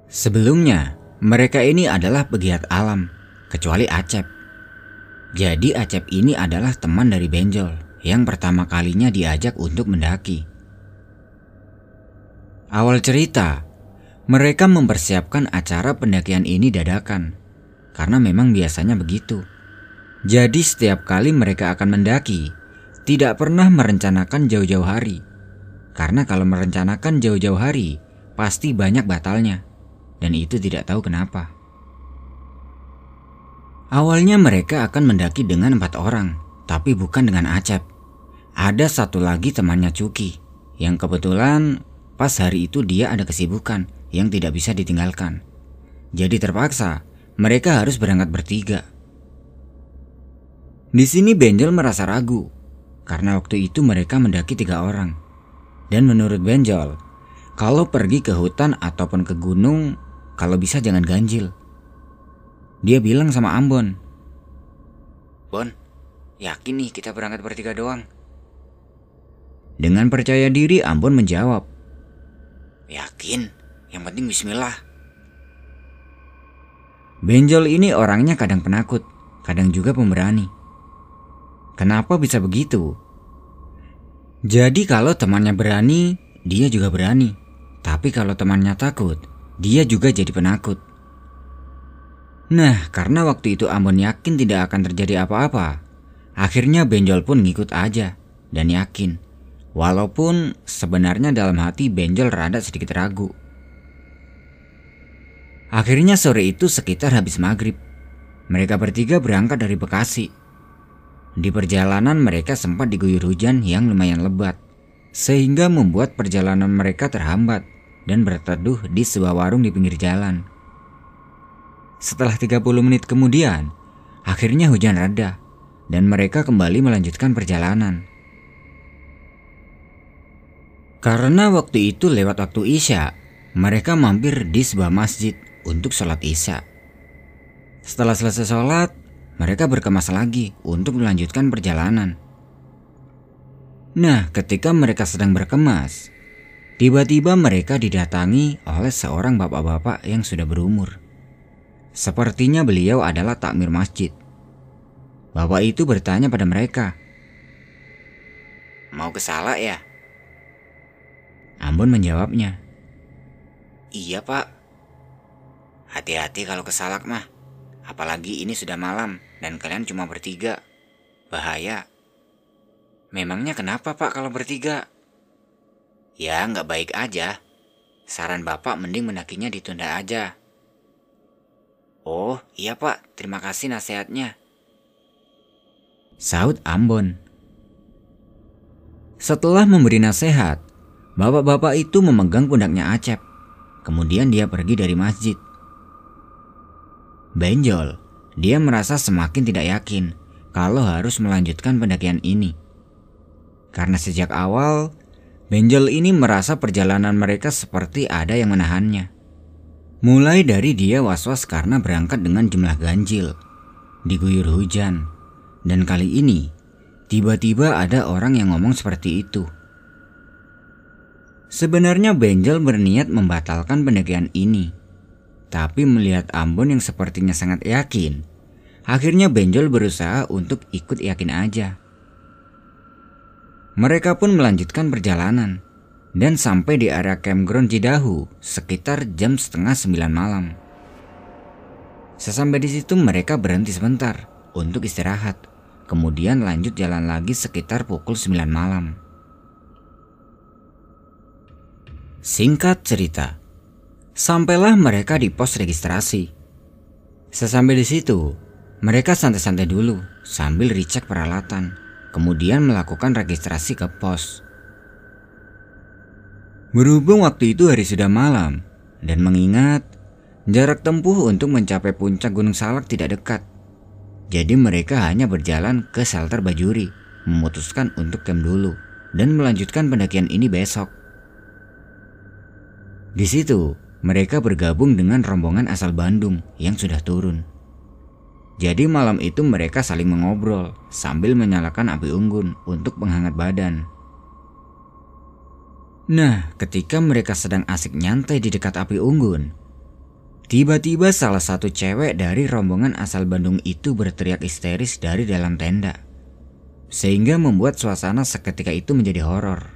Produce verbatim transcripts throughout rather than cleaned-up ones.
Sebelumnya, mereka ini adalah pegiat alam, kecuali Acep. Jadi Acep ini adalah teman dari Benjol yang pertama kalinya diajak untuk mendaki. Awal cerita, mereka mempersiapkan acara pendakian ini dadakan, karena memang biasanya begitu. Jadi setiap kali mereka akan mendaki, tidak pernah merencanakan jauh-jauh hari. Karena kalau merencanakan jauh-jauh hari, pasti banyak batalnya. Dan itu tidak tahu kenapa. Awalnya mereka akan mendaki dengan empat orang, tapi bukan dengan Acep. Ada satu lagi temannya Cuki, yang kebetulan pas hari itu dia ada kesibukan yang tidak bisa ditinggalkan. Jadi terpaksa mereka harus berangkat bertiga. Di sini Benjol merasa ragu, karena waktu itu mereka mendaki tiga orang. Dan menurut Benjol, kalau pergi ke hutan ataupun ke gunung, kalau bisa jangan ganjil. Dia bilang sama Ambon, "Bon, yakin nih kita berangkat bertiga doang?" Dengan percaya diri Ambon menjawab, "Yakin, yang penting bismillah." Benjol ini orangnya kadang penakut, kadang juga pemberani. Kenapa bisa begitu? Jadi kalau temannya berani, dia juga berani. Tapi kalau temannya takut, dia juga jadi penakut. Nah, karena waktu itu Ambon yakin tidak akan terjadi apa-apa, akhirnya Benjol pun ngikut aja dan yakin. Walaupun sebenarnya dalam hati Benjol rada sedikit ragu. Akhirnya sore itu sekitar habis maghrib, mereka bertiga berangkat dari Bekasi. Di perjalanan mereka sempat diguyur hujan yang lumayan lebat, sehingga membuat perjalanan mereka terhambat dan berteduh di sebuah warung di pinggir jalan. Setelah tiga puluh menit kemudian, akhirnya hujan reda dan mereka kembali melanjutkan perjalanan. Karena waktu itu lewat waktu Isya, mereka mampir di sebuah masjid untuk sholat Isya. Setelah selesai sholat, mereka berkemas lagi untuk melanjutkan perjalanan. Nah, ketika mereka sedang berkemas, tiba-tiba mereka didatangi oleh seorang bapak-bapak yang sudah berumur. Sepertinya beliau adalah takmir masjid. Bapak itu bertanya pada mereka, "Mau ke Salak ya?" Ambon menjawabnya, "Iya pak." "Hati-hati kalau ke Salak mah. Apalagi ini sudah malam dan kalian cuma bertiga. Bahaya." "Memangnya kenapa pak kalau bertiga?" "Ya nggak baik aja. Saran bapak mending mendakinya ditunda aja." "Oh iya pak, terima kasih nasihatnya," saut Ambon. Setelah memberi nasihat, bapak-bapak itu memegang pundaknya Acep. Kemudian dia pergi dari masjid. Benjol, dia merasa semakin tidak yakin kalau harus melanjutkan pendakian ini. Karena sejak awal, Benjol ini merasa perjalanan mereka seperti ada yang menahannya. Mulai dari dia was-was karena berangkat dengan jumlah ganjil, diguyur hujan, dan kali ini tiba-tiba ada orang yang ngomong seperti itu. Sebenarnya Benjol berniat membatalkan pendakian ini, tapi melihat Ambon yang sepertinya sangat yakin, akhirnya Benjol berusaha untuk ikut yakin aja. Mereka pun melanjutkan perjalanan dan sampai di area campground Cidahu sekitar jam setengah sembilan malam. Sesampai di situ mereka berhenti sebentar untuk istirahat, kemudian lanjut jalan lagi sekitar pukul sembilan malam. Singkat cerita, sampailah mereka di pos registrasi. Sesampai di situ, mereka santai-santai dulu sambil recheck peralatan, kemudian melakukan registrasi ke pos. Berhubung waktu itu hari sudah malam, dan mengingat jarak tempuh untuk mencapai puncak Gunung Salak tidak dekat, jadi mereka hanya berjalan ke shelter Bajuri, memutuskan untuk camp dulu dan melanjutkan pendakian ini besok. Di situ, mereka bergabung dengan rombongan asal Bandung yang sudah turun. Jadi malam itu mereka saling mengobrol sambil menyalakan api unggun untuk penghangat badan. Nah, ketika mereka sedang asik nyantai di dekat api unggun, Tiba-tiba salah satu cewek dari rombongan asal Bandung itu berteriak histeris dari dalam tenda, sehingga membuat suasana seketika itu menjadi horor.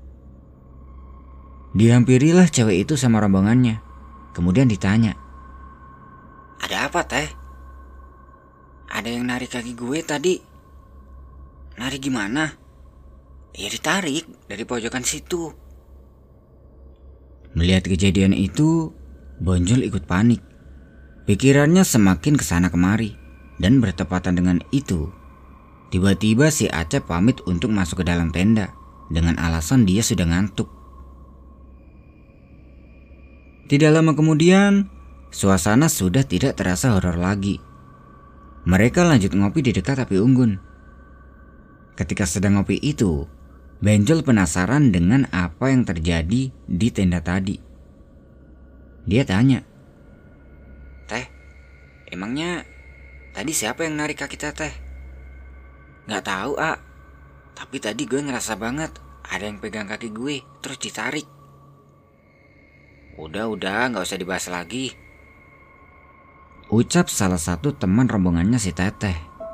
Dihampirilah cewek itu sama rombongannya, kemudian ditanya, "Ada apa, Teh? Ada yang narik kaki gue tadi." "Narik gimana?" "Ya ditarik dari pojokan situ." Melihat kejadian itu, Bonjol ikut panik. Pikirannya semakin kesana kemari, dan bertepatan dengan itu, tiba-tiba si Acep pamit untuk masuk ke dalam tenda dengan alasan dia sudah ngantuk. Tidak lama kemudian, suasana sudah tidak terasa horor lagi. Mereka lanjut ngopi di dekat api unggun. Ketika sedang ngopi itu, Benjol penasaran dengan apa yang terjadi di tenda tadi. Dia tanya, "Teh, emangnya tadi siapa yang narik kaki Teteh?" "Gak tahu, A. Tapi tadi gue ngerasa banget ada yang pegang kaki gue terus ditarik." "Udah-udah, gak usah dibahas lagi," ucap salah satu teman rombongannya si Teteh.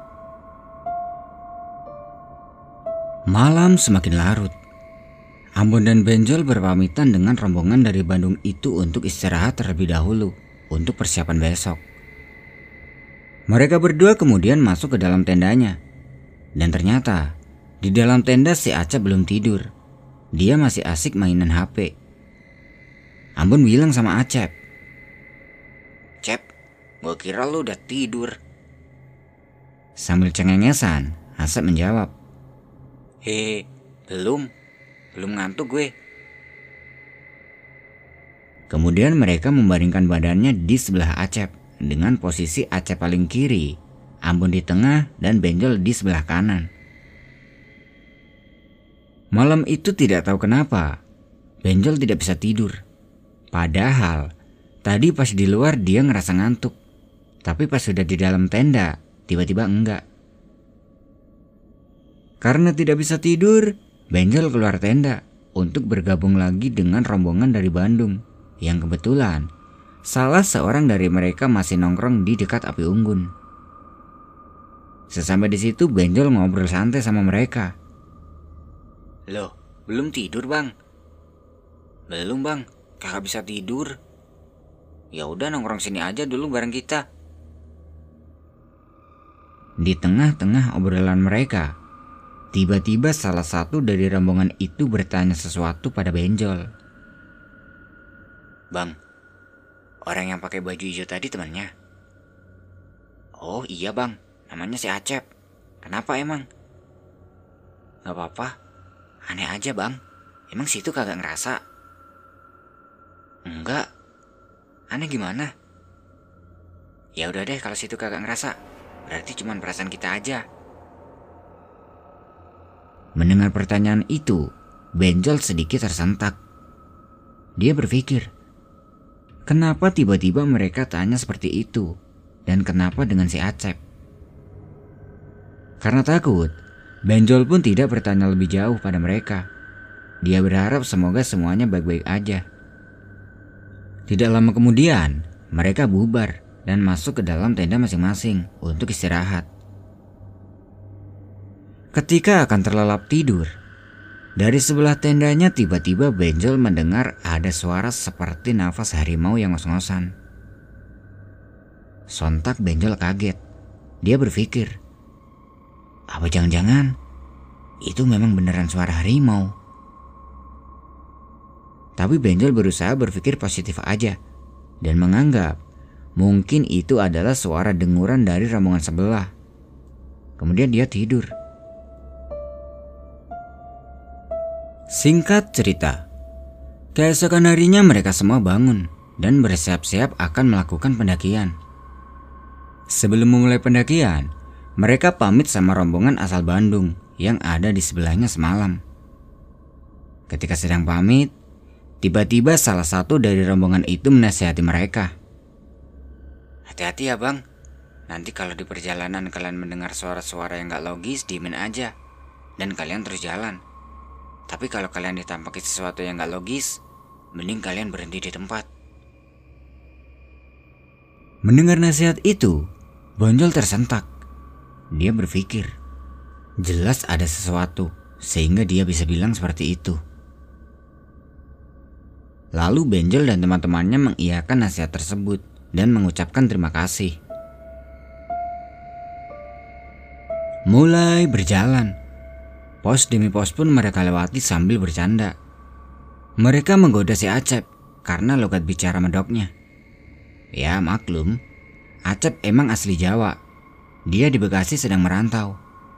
Malam semakin larut. Ambon dan Benjol berpamitan dengan rombongan dari Bandung itu untuk istirahat terlebih dahulu untuk persiapan besok. Mereka berdua kemudian masuk ke dalam tendanya. Dan ternyata di dalam tenda si Acep belum tidur. Dia masih asik mainan H P. Ambon bilang sama Acep, "Cep, gue kira lu udah tidur." Sambil cengengesan, Acep menjawab, "Hehe, belum. Belum ngantuk gue." Kemudian mereka membaringkan badannya di sebelah Acep dengan posisi Acep paling kiri, Ambon di tengah, dan Benjol di sebelah kanan. Malam itu tidak tahu kenapa, Benjol tidak bisa tidur. Padahal tadi pas di luar dia ngerasa ngantuk, tapi pas sudah di dalam tenda tiba-tiba enggak. Karena tidak bisa tidur, Benjol keluar tenda untuk bergabung lagi dengan rombongan dari Bandung yang kebetulan salah seorang dari mereka masih nongkrong di dekat api unggun. Sesampai di situ Benjol ngobrol santai sama mereka. "Loh, belum tidur, Bang?" "Belum, Bang. Kakak bisa tidur." "Ya udah, nongkrong sini aja dulu bareng kita." Di tengah-tengah obrolan mereka, tiba-tiba salah satu dari rombongan itu bertanya sesuatu pada Benjol. "Bang, orang yang pakai baju hijau tadi temannya?" "Oh iya, Bang. Namanya si Acep. Kenapa emang?" "Gak apa-apa. Aneh aja, Bang. Emang situ kagak ngerasa?" "Enggak. Aneh gimana?" "Ya udah deh, kalau situ kagak ngerasa, berarti cuma perasaan kita aja." Mendengar pertanyaan itu, Benjol sedikit tersentak. Dia berpikir, kenapa tiba-tiba mereka tanya seperti itu, dan kenapa dengan si Acep? Karena takut, Benjol pun tidak bertanya lebih jauh pada mereka. Dia berharap semoga semuanya baik-baik aja. Tidak lama kemudian, mereka bubar dan masuk ke dalam tenda masing-masing untuk istirahat. Ketika akan terlelap tidur, dari sebelah tendanya tiba-tiba Benjol mendengar ada suara seperti nafas harimau yang ngos-ngosan. Sontak Benjol kaget. Dia berpikir, apa jangan-jangan itu memang beneran suara harimau? Tapi Benjol berusaha berpikir positif aja dan menganggap mungkin itu adalah suara denguran dari rombongan sebelah. Kemudian dia tidur. Singkat cerita, keesokan harinya mereka semua bangun dan bersiap-siap akan melakukan pendakian. Sebelum memulai pendakian, mereka pamit sama rombongan asal Bandung yang ada di sebelahnya semalam. Ketika sedang pamit, tiba-tiba salah satu dari rombongan itu menasihati mereka. "Hati-hati ya, Bang. Nanti kalau di perjalanan kalian mendengar suara-suara yang gak logis, diemin aja dan kalian terus jalan. Tapi kalau kalian ditampaki sesuatu yang gak logis, mending kalian berhenti di tempat." Mendengar nasihat itu, Bonjol tersentak. Dia berpikir, jelas ada sesuatu sehingga dia bisa bilang seperti itu. Lalu Benjol dan teman-temannya mengiyakan nasihat tersebut dan mengucapkan terima kasih. Mulai berjalan. Pos demi pos pun mereka lewati sambil bercanda. Mereka menggoda si Acep karena logat bicara medoknya. Ya maklum, Acep emang asli Jawa. Dia di Bekasi sedang merantau.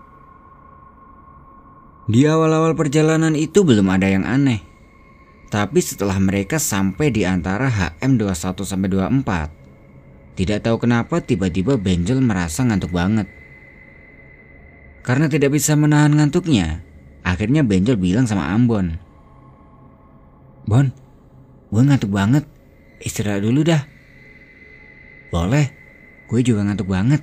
Di awal-awal perjalanan itu belum ada yang aneh. Tapi setelah mereka sampai di antara H M dua puluh satu sampai dua puluh empat, tidak tahu kenapa tiba-tiba Benjol merasa ngantuk banget. Karena tidak bisa menahan ngantuknya, akhirnya Benjol bilang sama Ambon, "Bon, gue ngantuk banget, istirahat dulu dah." "Boleh, gue juga ngantuk banget."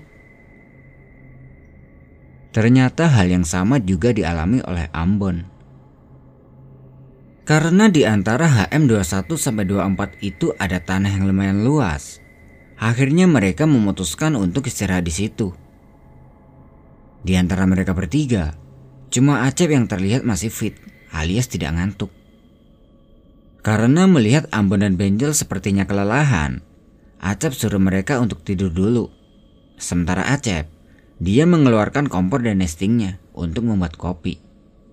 Ternyata hal yang sama juga dialami oleh Ambon. Karena di antara H M dua puluh satu sampai dua puluh empat itu ada tanah yang lumayan luas, akhirnya mereka memutuskan untuk istirahat di situ. Di antara mereka bertiga, cuma Acep yang terlihat masih fit, alias tidak ngantuk. Karena melihat Ambon dan Benjol sepertinya kelelahan, Acep suruh mereka untuk tidur dulu. Sementara Acep, dia mengeluarkan kompor dan nestingnya untuk membuat kopi.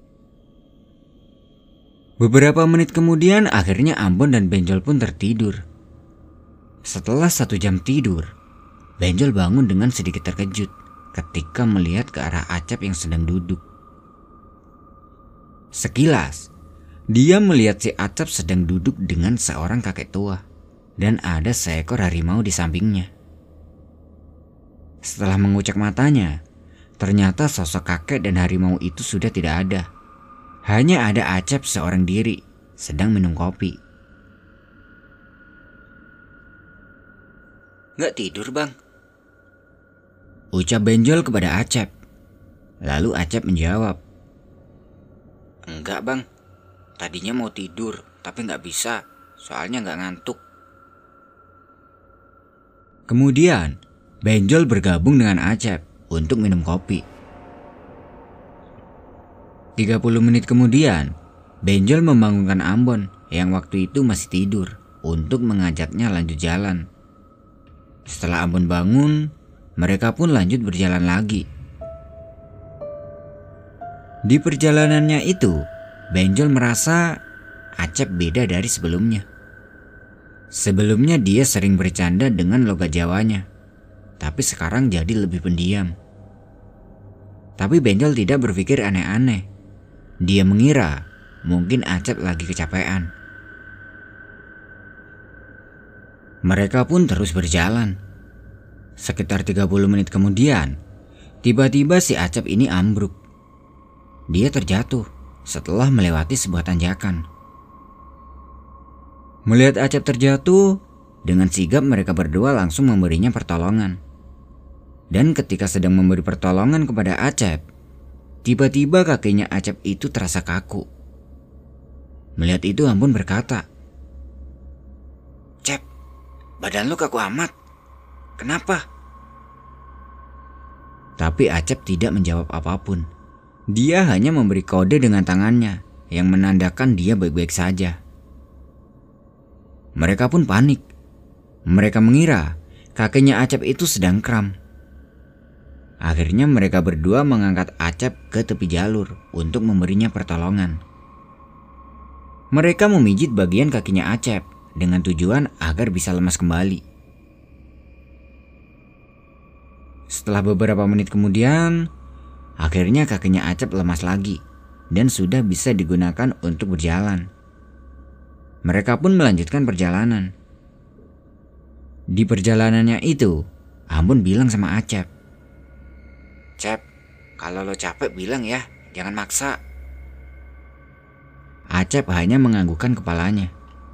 Beberapa menit kemudian akhirnya Ambon dan Benjol pun tertidur. Setelah satu jam tidur, Benjol bangun dengan sedikit terkejut ketika melihat ke arah Acep yang sedang duduk. Sekilas, dia melihat si Acep sedang duduk dengan seorang kakek tua dan ada seekor harimau di sampingnya. Setelah mengucek matanya, ternyata sosok kakek dan harimau itu sudah tidak ada. Hanya ada Acep seorang diri sedang minum kopi. "Nggak tidur bang?" ucap Benjol kepada Acep. Lalu Acep menjawab, "Enggak bang, tadinya mau tidur tapi nggak bisa, soalnya nggak ngantuk." Kemudian Benjol bergabung dengan Acep untuk minum kopi. tiga puluh menit kemudian, Benjol membangunkan Ambon yang waktu itu masih tidur untuk mengajaknya lanjut jalan. Setelah Ambon bangun, mereka pun lanjut berjalan lagi. Di perjalanannya itu, Benjol merasa Acep beda dari sebelumnya. Sebelumnya dia sering bercanda dengan logat Jawanya, tapi sekarang jadi lebih pendiam. Tapi Benjol tidak berpikir aneh-aneh. Dia mengira mungkin Acep lagi kecapean. Mereka pun terus berjalan. Sekitar tiga puluh menit kemudian, tiba-tiba si Acep ini ambruk. Dia terjatuh setelah melewati sebuah tanjakan. Melihat Acep terjatuh, dengan sigap mereka berdua langsung memberinya pertolongan. Dan ketika sedang memberi pertolongan kepada Acep, tiba-tiba kakinya Acep itu terasa kaku. Melihat itu Ambon berkata, "Cep, badan lu kaku amat. Kenapa?" Tapi Acep tidak menjawab apapun. Dia hanya memberi kode dengan tangannya yang menandakan dia baik-baik saja. Mereka pun panik. Mereka mengira kakinya Acep itu sedang kram. Akhirnya mereka berdua mengangkat Acep ke tepi jalur untuk memberinya pertolongan. Mereka memijit bagian kakinya Acep dengan tujuan agar bisa lemas kembali. Setelah beberapa menit kemudian, akhirnya kakinya Acep lemas lagi dan sudah bisa digunakan untuk berjalan. Mereka pun melanjutkan perjalanan. Di perjalanannya itu, Ambon bilang sama Acep, "Cep, kalau lo capek bilang ya, jangan maksa." Acep hanya menganggukkan kepalanya.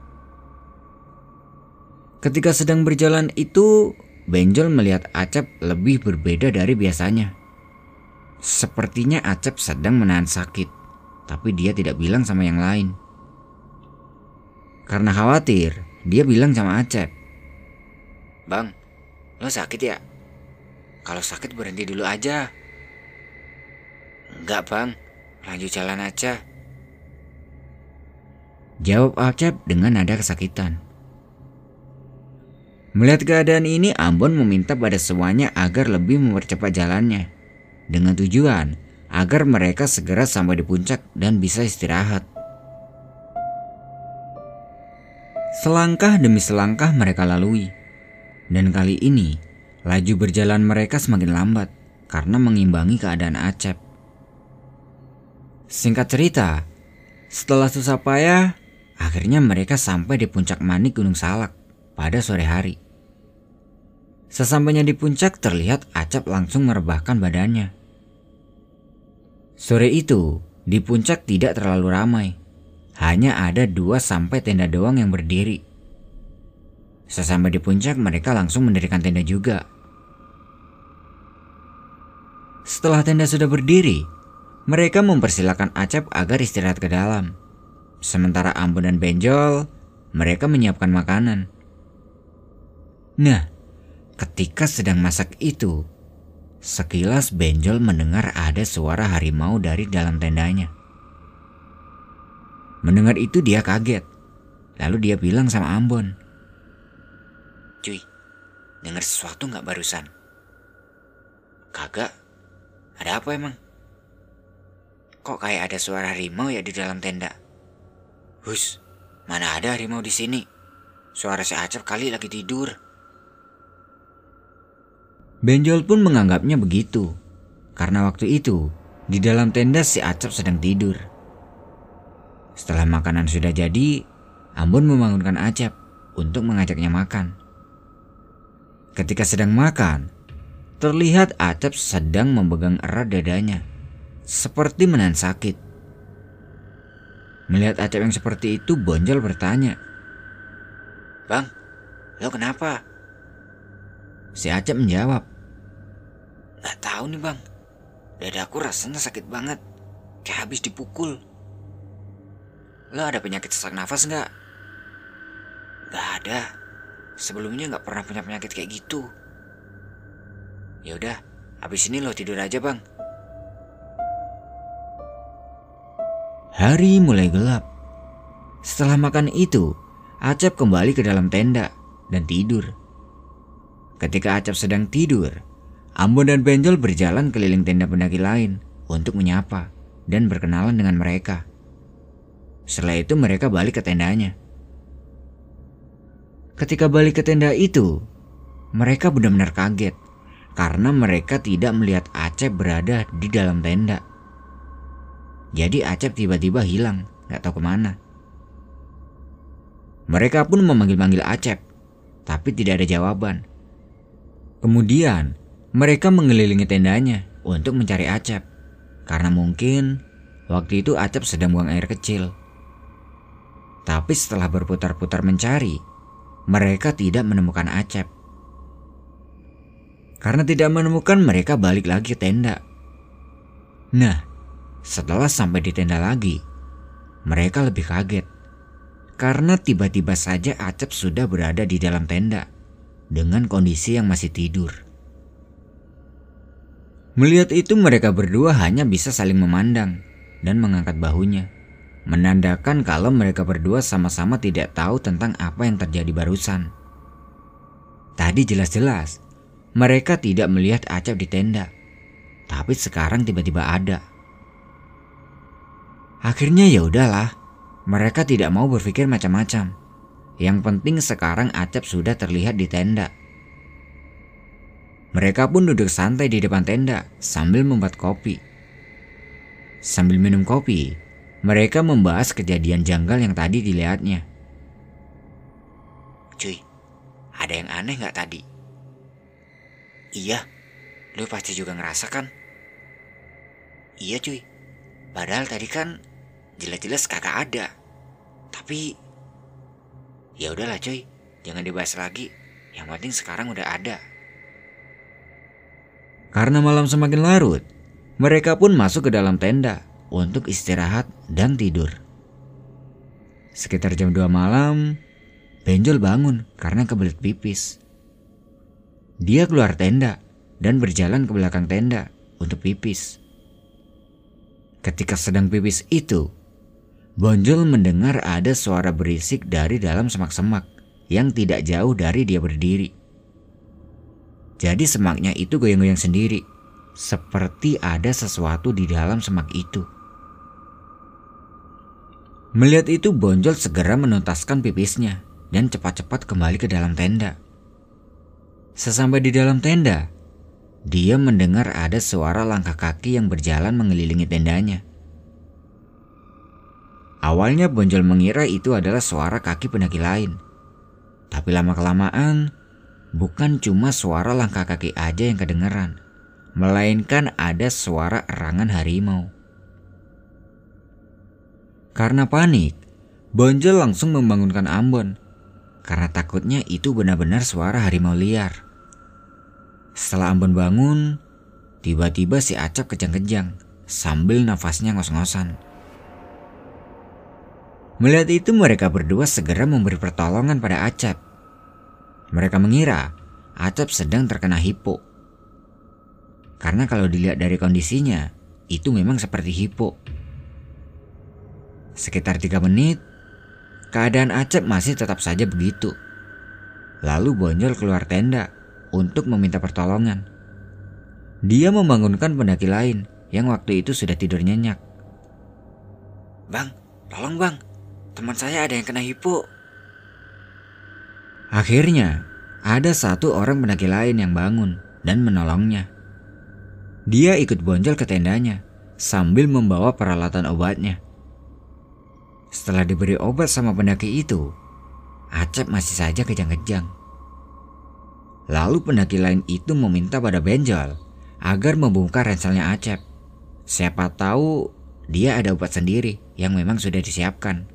Ketika sedang berjalan itu, Benjol melihat Acep lebih berbeda dari biasanya. Sepertinya Acep sedang menahan sakit, tapi dia tidak bilang sama yang lain. Karena khawatir, dia bilang sama Acep, "Bang, Lo sakit ya? Kalau sakit berhenti dulu aja. Enggak bang, lanjut jalan aja. Jawab Acep dengan nada kesakitan. Melihat keadaan ini, Ambon meminta pada semuanya agar lebih mempercepat jalannya, dengan tujuan agar mereka segera sampai di puncak dan bisa istirahat. Selangkah demi selangkah mereka lalui, dan kali ini laju berjalan mereka semakin lambat karena mengimbangi keadaan Acep. Singkat cerita, setelah susah payah, akhirnya mereka sampai di puncak Manik Gunung Salak pada sore hari. Sesampainya di puncak, terlihat Acep langsung merebahkan badannya. Sore itu, di puncak tidak terlalu ramai. Hanya ada dua sampai tenda doang yang berdiri. Sesampai di puncak, mereka langsung mendirikan tenda juga. Setelah tenda sudah berdiri, mereka mempersilahkan Acep agar istirahat ke dalam. Sementara Ambon dan Benjol, mereka menyiapkan makanan. Nah, ketika sedang masak itu, sekilas Benjol mendengar ada suara harimau dari dalam tendanya. Mendengar itu dia kaget. Lalu dia bilang sama Ambon, Cuy, dengar sesuatu gak barusan? Kagak. Ada apa emang? Kok kayak ada suara harimau ya di dalam tenda? Hus, mana ada harimau di sini? Suara si Acep kali lagi tidur. Benjol pun menganggapnya begitu, karena waktu itu di dalam tenda si Acep sedang tidur. Setelah makanan sudah jadi, Ambon membangunkan Acep untuk mengajaknya makan. Ketika sedang makan, terlihat Acep sedang memegang erat dadanya, seperti menahan sakit. Melihat Acep yang seperti itu, Benjol bertanya, Bang, lo kenapa? Si Acep menjawab, Gak tahu nih bang, dadaku rasanya sakit banget, kayak habis dipukul. Lo ada penyakit sesak nafas gak? Gak ada, sebelumnya gak pernah punya penyakit kayak gitu. Yaudah, habis ini lo tidur aja bang. Hari mulai gelap. Setelah makan itu, Acep kembali ke dalam tenda dan tidur. Ketika Acep sedang tidur, Ambon dan Benjol berjalan keliling tenda pendaki lain untuk menyapa dan berkenalan dengan mereka. Setelah itu mereka balik ke tendanya. Ketika balik ke tenda itu, mereka benar-benar kaget karena mereka tidak melihat Acep berada di dalam tenda. Jadi Acep tiba-tiba hilang, gak tahu kemana. Mereka pun memanggil-manggil Acep, tapi tidak ada jawaban. Kemudian mereka mengelilingi tendanya untuk mencari Acep, karena mungkin waktu itu Acep sedang buang air kecil. Tapi setelah berputar-putar mencari, mereka tidak menemukan Acep. Karena tidak menemukan, mereka balik lagi ke tenda. Nah, setelah sampai di tenda lagi, mereka lebih kaget karena tiba-tiba saja Acep sudah berada di dalam tenda dengan kondisi yang masih tidur. Melihat itu, mereka berdua hanya bisa saling memandang dan mengangkat bahunya, menandakan kalau mereka berdua sama-sama tidak tahu tentang apa yang terjadi barusan. Tadi jelas-jelas mereka tidak melihat Acep di tenda, tapi sekarang tiba-tiba ada. Akhirnya ya udahlah, mereka tidak mau berpikir macam-macam. Yang penting sekarang Acep sudah terlihat di tenda. Mereka pun duduk santai di depan tenda sambil membuat kopi. Sambil minum kopi, mereka membahas kejadian janggal yang tadi dilihatnya. Cuy, ada yang aneh gak tadi? Iya, lu pasti juga ngerasa kan? Iya cuy, padahal tadi kan jelas-jelas kagak ada. Tapi ya udahlah cuy, jangan dibahas lagi. Yang penting sekarang udah ada. Karena malam semakin larut, mereka pun masuk ke dalam tenda untuk istirahat dan tidur. Sekitar jam dua malam, Benjol bangun karena kebelet pipis. Dia keluar tenda dan berjalan ke belakang tenda untuk pipis. Ketika sedang pipis itu, Bonjol mendengar ada suara berisik dari dalam semak-semak yang tidak jauh dari dia berdiri. Jadi semaknya itu goyang-goyang sendiri, seperti ada sesuatu di dalam semak itu. Melihat itu, Bonjol segera menuntaskan pipisnya dan cepat-cepat kembali ke dalam tenda. Sesampai di dalam tenda, dia mendengar ada suara langkah kaki yang berjalan mengelilingi tendanya. Awalnya Bonjol mengira itu adalah suara kaki pendaki lain. Tapi lama-kelamaan, bukan cuma suara langkah kaki aja yang kedengeran, melainkan ada suara erangan harimau. Karena panik, Bonjol langsung membangunkan Ambon, karena takutnya itu benar-benar suara harimau liar. Setelah Ambon bangun, tiba-tiba si Acep kejang-kejang sambil nafasnya ngos-ngosan. Melihat itu, mereka berdua segera memberi pertolongan pada Acep. Mereka mengira Acep sedang terkena hipo. Karena kalau dilihat dari kondisinya, itu memang seperti hipo. Sekitar tiga menit, keadaan Acep masih tetap saja begitu. Lalu Bonjol keluar tenda untuk meminta pertolongan. Dia membangunkan pendaki lain yang waktu itu sudah tidur nyenyak. Bang, tolong bang, teman saya ada yang kena hipo. Akhirnya, ada satu orang pendaki lain yang bangun dan menolongnya. Dia ikut Bonjol ke tendanya sambil membawa peralatan obatnya. Setelah diberi obat sama pendaki itu, Acep masih saja kejang-kejang. Lalu pendaki lain itu meminta pada Bonjol agar membongkar ranselnya Acep. Siapa tahu dia ada obat sendiri yang memang sudah disiapkan.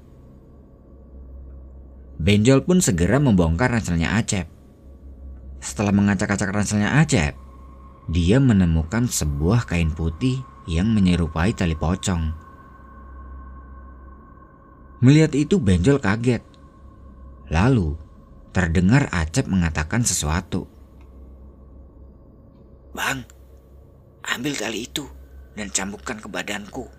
Bonjol pun segera membongkar ranselnya Acep. Setelah mengacak-acak ranselnya Acep, dia menemukan sebuah kain putih yang menyerupai tali pocong. Melihat itu Bonjol kaget. Lalu terdengar Acep mengatakan sesuatu. Bang, ambil tali itu dan cambukkan ke badanku.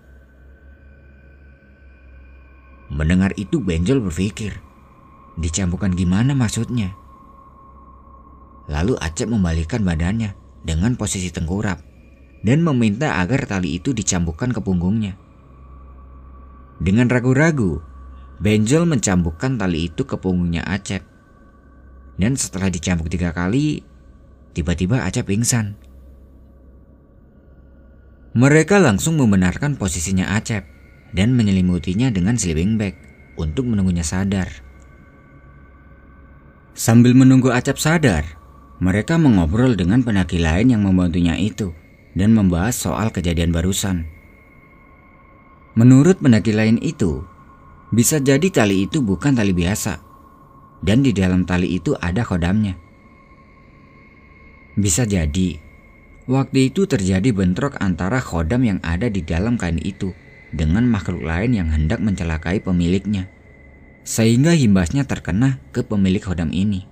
Mendengar itu Bonjol berpikir, dicambukkan gimana maksudnya? Lalu Acep membalikkan badannya dengan posisi tengkurap dan meminta agar tali itu dicambukkan ke punggungnya. Dengan ragu-ragu, Bonjol mencambukkan tali itu ke punggungnya Acep. Dan setelah dicambuk tiga kali, tiba-tiba Acep pingsan. Mereka langsung membenarkan posisinya Acep dan menyelimutinya dengan sleeping bag untuk menunggunya sadar. Sambil menunggu Acep sadar, mereka mengobrol dengan pendaki lain yang membantunya itu dan membahas soal kejadian barusan. Menurut pendaki lain itu, bisa jadi tali itu bukan tali biasa. Dan di dalam tali itu ada khodamnya. Bisa jadi waktu itu terjadi bentrok antara khodam yang ada di dalam kain itu dengan makhluk lain yang hendak mencelakai pemiliknya, sehingga imbasnya terkena ke pemilik khodam ini.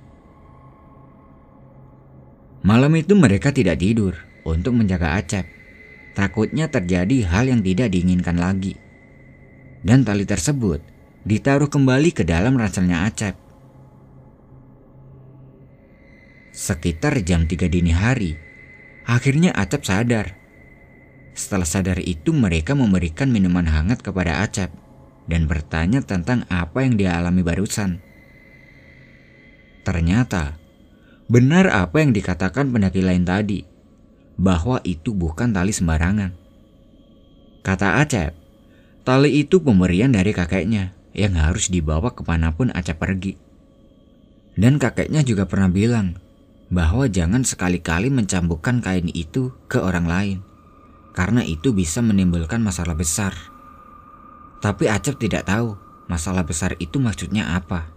Malam itu mereka tidak tidur untuk menjaga Acep. Takutnya terjadi hal yang tidak diinginkan lagi. Dan tali tersebut ditaruh kembali ke dalam ranselnya Acep. Sekitar jam tiga dini hari, akhirnya Acep sadar. Setelah sadar itu mereka memberikan minuman hangat kepada Acep dan bertanya tentang apa yang dia alami barusan. Ternyata benar apa yang dikatakan pendaki lain tadi, bahwa itu bukan tali sembarangan. Kata Acep, tali itu pemberian dari kakeknya yang harus dibawa kemanapun Acep pergi. Dan kakeknya juga pernah bilang bahwa jangan sekali-kali mencambukkan kain itu ke orang lain, karena itu bisa menimbulkan masalah besar. Tapi Acep tidak tahu masalah besar itu maksudnya apa.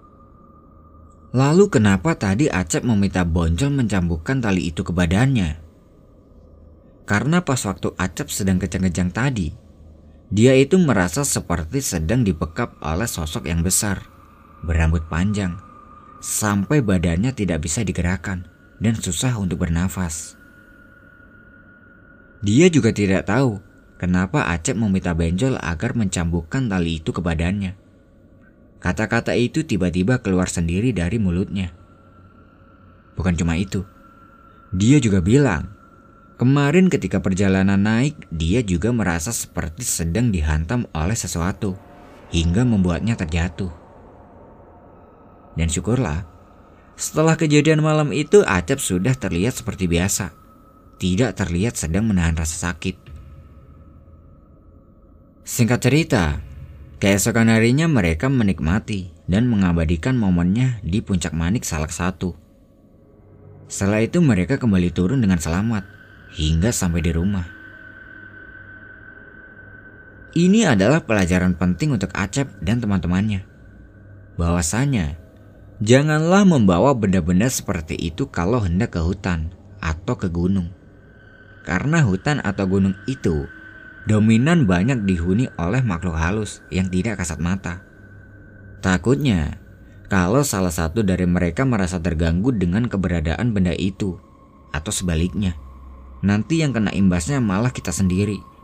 Lalu kenapa tadi Acep meminta Bonjol mencambukkan tali itu ke badannya? Karena pas waktu Acep sedang kejang-kejang tadi, dia itu merasa seperti sedang dibekap oleh sosok yang besar, berambut panjang, sampai badannya tidak bisa digerakkan dan susah untuk bernafas. Dia juga tidak tahu kenapa Acep meminta Benjol agar mencambukkan tali itu ke badannya. Kata-kata itu tiba-tiba keluar sendiri dari mulutnya. Bukan cuma itu, dia juga bilang, kemarin ketika perjalanan naik, dia juga merasa seperti sedang dihantam oleh sesuatu, hingga membuatnya terjatuh. Dan syukurlah, setelah kejadian malam itu Acep sudah terlihat seperti biasa, tidak terlihat sedang menahan rasa sakit. Singkat cerita, keesokan harinya mereka menikmati dan mengabadikan momennya di puncak Manik Salak satu. Setelah itu mereka kembali turun dengan selamat hingga sampai di rumah. Ini adalah pelajaran penting untuk Acep dan teman-temannya. Bahwasanya, janganlah membawa benda-benda seperti itu kalau hendak ke hutan atau ke gunung. Karena hutan atau gunung itu dominan banyak dihuni oleh makhluk halus yang tidak kasat mata. Takutnya, kalau salah satu dari mereka merasa terganggu dengan keberadaan benda itu, atau sebaliknya, nanti yang kena imbasnya malah kita sendiri.